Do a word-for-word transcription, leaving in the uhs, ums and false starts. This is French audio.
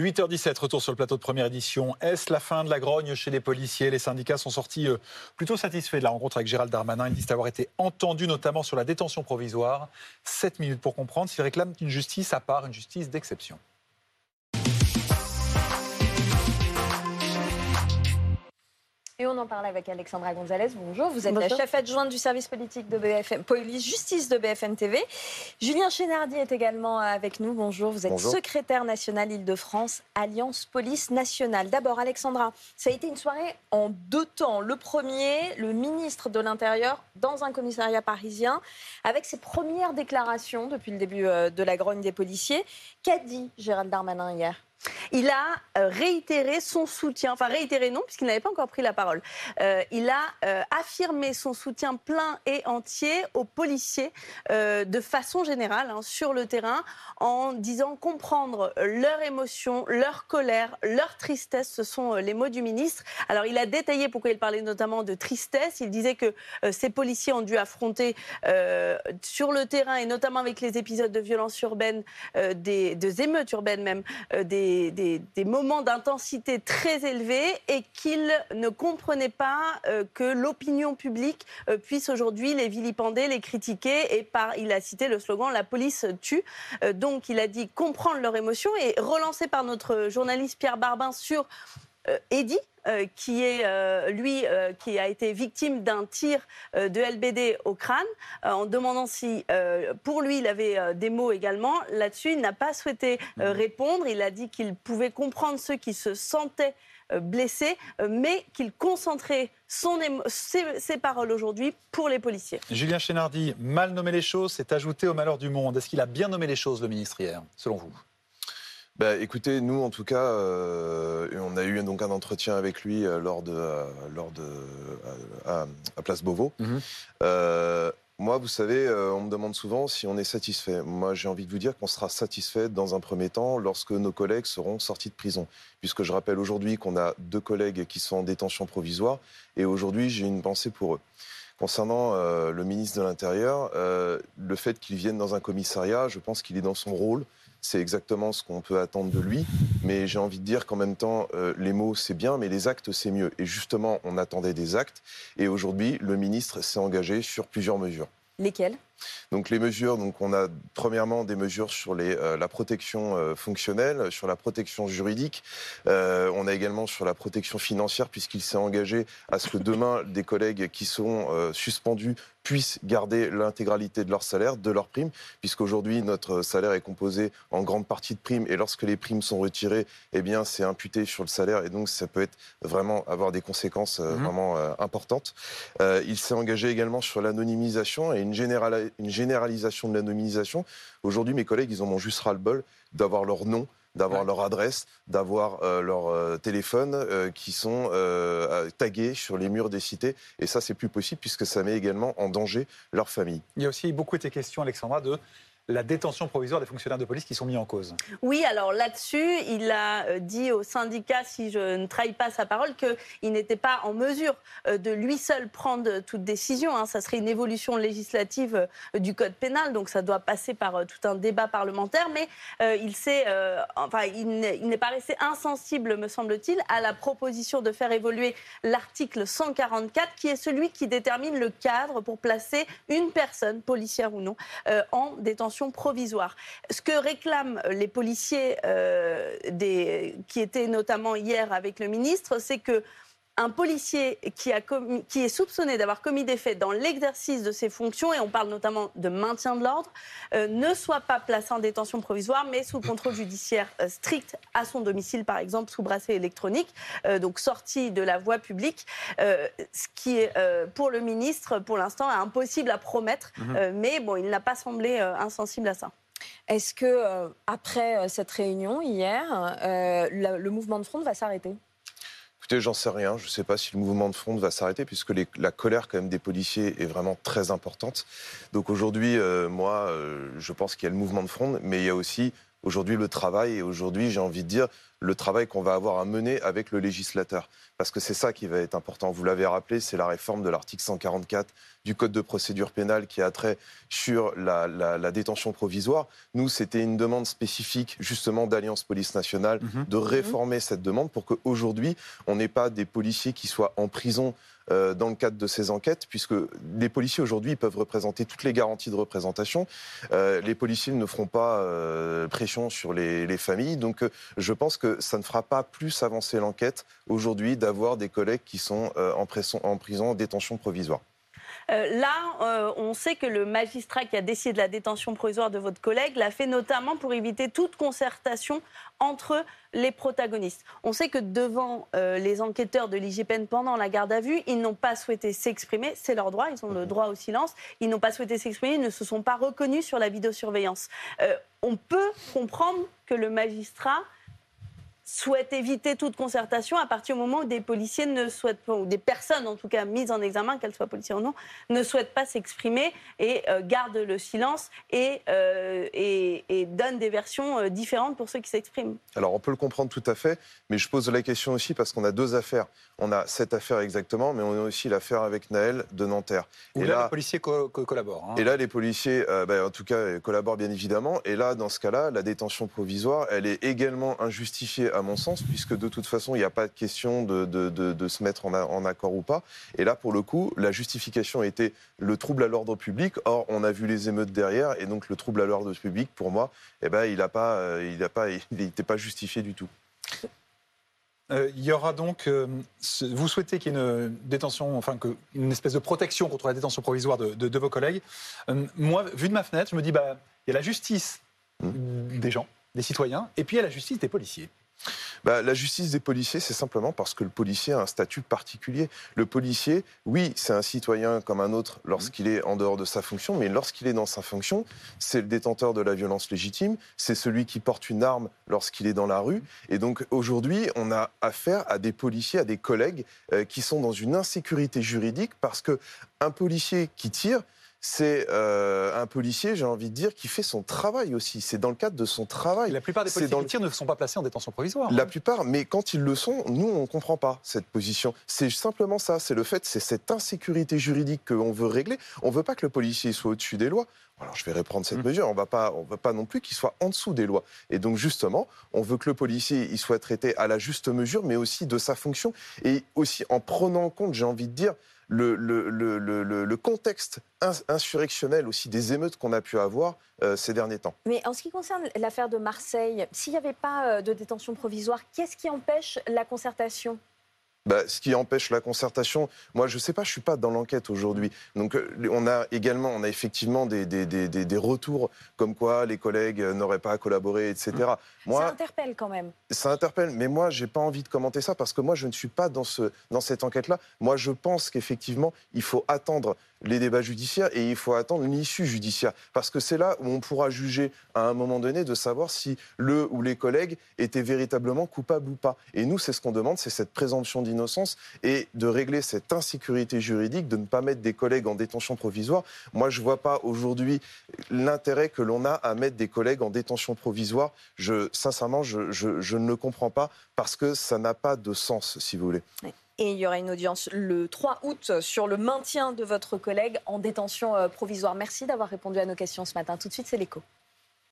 huit heures dix-sept, retour sur le plateau de première édition. Est-ce la fin de la grogne chez les policiers? Les syndicats sont sortis plutôt satisfaits de la rencontre avec Gérald Darmanin. Ils disent avoir été entendus, notamment sur la détention provisoire. sept minutes pour comprendre s'ils réclament une justice à part, une justice d'exception. Et on en parle avec Alexandra Gonzalez. Bonjour, vous êtes Bonjour. la chef adjointe du service politique de B F M, police justice de B F M T V. Julien Chénardi est également avec nous. Bonjour, vous êtes Bonjour. secrétaire national Île-de-France, Alliance Police Nationale. D'abord, Alexandra, ça a été une soirée en deux temps. Le premier, le ministre de l'Intérieur dans un commissariat parisien, avec ses premières déclarations depuis le début de la grogne des policiers. Qu'a dit Gérald Darmanin hier ? Il a euh, réitéré son soutien, enfin réitéré non, puisqu'il n'avait pas encore pris la parole. Euh, il a euh, affirmé son soutien plein et entier aux policiers euh, de façon générale hein, sur le terrain, en disant comprendre leurs émotions, leur colère, leur tristesse. Ce sont euh, les mots du ministre. Alors il a détaillé pourquoi il parlait notamment de tristesse. Il disait que euh, ces policiers ont dû affronter euh, sur le terrain, et notamment avec les épisodes de violence urbaine, euh, des, des émeutes urbaines même, euh, des Des, des, des moments d'intensité très élevés, et qu'il ne comprenait pas euh, que l'opinion publique euh, puisse aujourd'hui les vilipender, les critiquer, et par, il a cité le slogan « La police tue ». Euh, donc il a dit comprendre leurs émotions, et relancé par notre journaliste Pierre Barbin sur euh, Eddy, Euh, qui est euh, lui euh, qui a été victime d'un tir euh, de L B D au crâne, euh, en demandant si euh, pour lui il avait euh, des mots également. Là-dessus, il n'a pas souhaité euh, répondre. Il a dit qu'il pouvait comprendre ceux qui se sentaient euh, blessés, euh, mais qu'il concentrait son émo- ses, ses paroles aujourd'hui pour les policiers. Julien Chénardi, mal nommer les choses, c'est ajouter au malheur du monde. Est-ce qu'il a bien nommé les choses, le ministre, hier, selon vous ? Bah, écoutez, nous en tout cas, euh, on a eu donc un entretien avec lui euh, lors de, euh, lors de euh, à, à Place Beauvau. Mm-hmm. Euh, moi, vous savez, euh, on me demande souvent si on est satisfait. Moi, j'ai envie de vous dire qu'on sera satisfait dans un premier temps lorsque nos collègues seront sortis de prison. Puisque je rappelle aujourd'hui qu'on a deux collègues qui sont en détention provisoire, et aujourd'hui, j'ai une pensée pour eux. Concernant euh, le ministre de l'Intérieur, euh, le fait qu'il vienne dans un commissariat, je pense qu'il est dans son rôle. C'est exactement ce qu'on peut attendre de lui. Mais j'ai envie de dire qu'en même temps, euh, les mots, c'est bien, mais les actes, c'est mieux. Et justement, on attendait des actes. Et aujourd'hui, le ministre s'est engagé sur plusieurs mesures. Lesquelles ? Donc les mesures, donc on a premièrement des mesures sur les, euh, la protection euh, fonctionnelle, sur la protection juridique. Euh, on a également sur la protection financière, puisqu'il s'est engagé à ce que demain, des collègues qui sont euh, suspendus puissent garder l'intégralité de leur salaire, de leur prime, puisqu'aujourd'hui notre salaire est composé en grande partie de primes, et lorsque les primes sont retirées, eh bien c'est imputé sur le salaire, et donc ça peut être vraiment avoir des conséquences euh, mmh. vraiment euh, importantes. Euh, il s'est engagé également sur l'anonymisation et une, général, une généralisation de l'anonymisation. Aujourd'hui, mes collègues, ils en ont juste ras-le-bol d'avoir leur nom, d'avoir ouais. leur adresse, d'avoir euh, leur euh, téléphone euh, qui sont euh, tagués sur les murs des cités. Et ça, c'est plus possible puisque ça met également en danger leur famille. Il y a aussi beaucoup été question, Alexandra, de la détention provisoire des fonctionnaires de police qui sont mis en cause. Oui, alors là-dessus, il a dit au syndicat, si je ne trahis pas sa parole, qu'il n'était pas en mesure de lui seul prendre toute décision. Hein. Ça serait une évolution législative du code pénal, donc ça doit passer par tout un débat parlementaire. Mais euh, il, s'est, euh, enfin, il, n'est, il n'est pas resté insensible, me semble-t-il, à la proposition de faire évoluer l'article cent quarante-quatre, qui est celui qui détermine le cadre pour placer une personne, policière ou non, euh, en détention provisoire. Ce que réclament les policiers euh, des, qui étaient notamment hier avec le ministre, c'est que un policier qui, a commis, qui est soupçonné d'avoir commis des faits dans l'exercice de ses fonctions, et on parle notamment de maintien de l'ordre, euh, ne soit pas placé en détention provisoire, mais sous contrôle judiciaire euh, strict à son domicile, par exemple, sous bracelet électronique, euh, donc sorti de la voie publique, euh, ce qui est, euh, pour le ministre, pour l'instant, impossible à promettre, mmh. euh, mais bon, il n'a pas semblé euh, insensible à ça. Est-ce que, euh, après cette réunion, hier, euh, le, le mouvement de fronde va s'arrêter ? Écoutez, j'en sais rien. Je ne sais pas si le mouvement de fronde va s'arrêter, puisque les, la colère quand même des policiers est vraiment très importante. Donc aujourd'hui, euh, moi, euh, je pense qu'il y a le mouvement de fronde, mais il y a aussi aujourd'hui le travail. Et aujourd'hui, j'ai envie de dire, le travail qu'on va avoir à mener avec le législateur. Parce que c'est ça qui va être important. Vous l'avez rappelé, c'est la réforme de l'article cent quarante-quatre du Code de procédure pénale qui a trait sur la, la, la détention provisoire. Nous, c'était une demande spécifique justement d'Alliance Police Nationale mmh. de réformer mmh. cette demande pour qu'aujourd'hui, on n'ait pas des policiers qui soient en prison euh, dans le cadre de ces enquêtes, puisque les policiers aujourd'hui peuvent représenter toutes les garanties de représentation. Euh, les policiers ne feront pas euh, pression sur les, les familles. Donc, euh, je pense que ça ne fera pas plus avancer l'enquête aujourd'hui d'avoir des collègues qui sont euh, en, prison, en prison en détention provisoire. Euh, là, euh, on sait que le magistrat qui a décidé de la détention provisoire de votre collègue l'a fait notamment pour éviter toute concertation entre les protagonistes. On sait que devant euh, les enquêteurs de l'I G P N pendant la garde à vue, ils n'ont pas souhaité s'exprimer. C'est leur droit, ils ont le droit au silence. Ils n'ont pas souhaité s'exprimer, ils ne se sont pas reconnus sur la vidéosurveillance. Euh, on peut comprendre que le magistrat souhaite éviter toute concertation à partir du moment où des policiers ne souhaitent pas, ou des personnes en tout cas mises en examen, qu'elles soient policiers ou non, ne souhaitent pas s'exprimer et euh, gardent le silence et, euh, et, et donnent des versions euh, différentes pour ceux qui s'expriment. Alors on peut le comprendre tout à fait, mais je pose la question aussi parce qu'on a deux affaires. On a cette affaire exactement, mais on a aussi l'affaire avec Naël de Nanterre. Où et là, là les policiers co- co- collaborent. Hein. Et là les policiers, euh, bah, en tout cas, collaborent bien évidemment. Et là, dans ce cas-là, la détention provisoire, elle est également injustifiée à mon sens, puisque de toute façon, il n'y a pas de question de, de, de, de se mettre en, a, en accord ou pas. Et là, pour le coup, la justification était le trouble à l'ordre public. Or, on a vu les émeutes derrière, et donc le trouble à l'ordre public, pour moi, eh ben, il n'a pas, euh, il a pas, il n'était pas justifié du tout. Euh, il y aura donc, euh, ce, vous souhaitez qu'il y ait une détention, enfin que, une espèce de protection contre la détention provisoire de, de, de vos collègues. Euh, moi, vu de ma fenêtre, je me dis, bah, il y a la justice mmh. des gens, des citoyens, et puis il y a la justice des policiers. Bah, la justice des policiers, c'est simplement parce que le policier a un statut particulier. Le policier, oui, c'est un citoyen comme un autre lorsqu'il est en dehors de sa fonction, mais lorsqu'il est dans sa fonction, c'est le détenteur de la violence légitime, c'est celui qui porte une arme lorsqu'il est dans la rue. Et donc aujourd'hui, on a affaire à des policiers, à des collègues euh, qui sont dans une insécurité juridique parce qu'un policier qui tire, c'est euh, un policier, j'ai envie de dire, qui fait son travail aussi. C'est dans le cadre de son travail. Et la plupart des policiers qui tirent ne sont pas placés en détention provisoire. La hein. plupart, mais quand ils le sont, nous, on ne comprend pas cette position. C'est simplement ça, c'est le fait, c'est cette insécurité juridique qu'on veut régler. On ne veut pas que le policier soit au-dessus des lois. Alors, je vais reprendre cette mmh. mesure. On ne va pas non plus qu'il soit en dessous des lois. Et donc, justement, on veut que le policier il soit traité à la juste mesure, mais aussi de sa fonction. Et aussi en prenant en compte, j'ai envie de dire, Le, le, le, le, le contexte insurrectionnel aussi des émeutes qu'on a pu avoir euh, ces derniers temps. Mais en ce qui concerne l'affaire de Marseille, s'il n'y avait pas de détention provisoire, qu'est-ce qui empêche la concertation ? Bah, ce qui empêche la concertation, moi je ne sais pas, je ne suis pas dans l'enquête aujourd'hui. Donc on a également, on a effectivement des, des, des, des retours comme quoi les collègues n'auraient pas à collaborer, et cetera. Moi, ça interpelle quand même. Ça interpelle, mais moi je n'ai pas envie de commenter ça parce que moi je ne suis pas dans, ce, dans cette enquête-là. Moi je pense qu'effectivement il faut attendre les débats judiciaires et il faut attendre l'issue judiciaire. Parce que c'est là où on pourra juger à un moment donné de savoir si le ou les collègues étaient véritablement coupables ou pas. Et nous, c'est ce qu'on demande, c'est cette présomption d'innocence et de régler cette insécurité juridique, de ne pas mettre des collègues en détention provisoire. Moi, je ne vois pas aujourd'hui l'intérêt que l'on a à mettre des collègues en détention provisoire. Je, sincèrement, je, je, je ne le comprends pas parce que ça n'a pas de sens, si vous voulez. Oui. Et il y aura une audience le trois août sur le maintien de votre collègue en détention provisoire. Merci d'avoir répondu à nos questions ce matin. Tout de suite, c'est l'écho.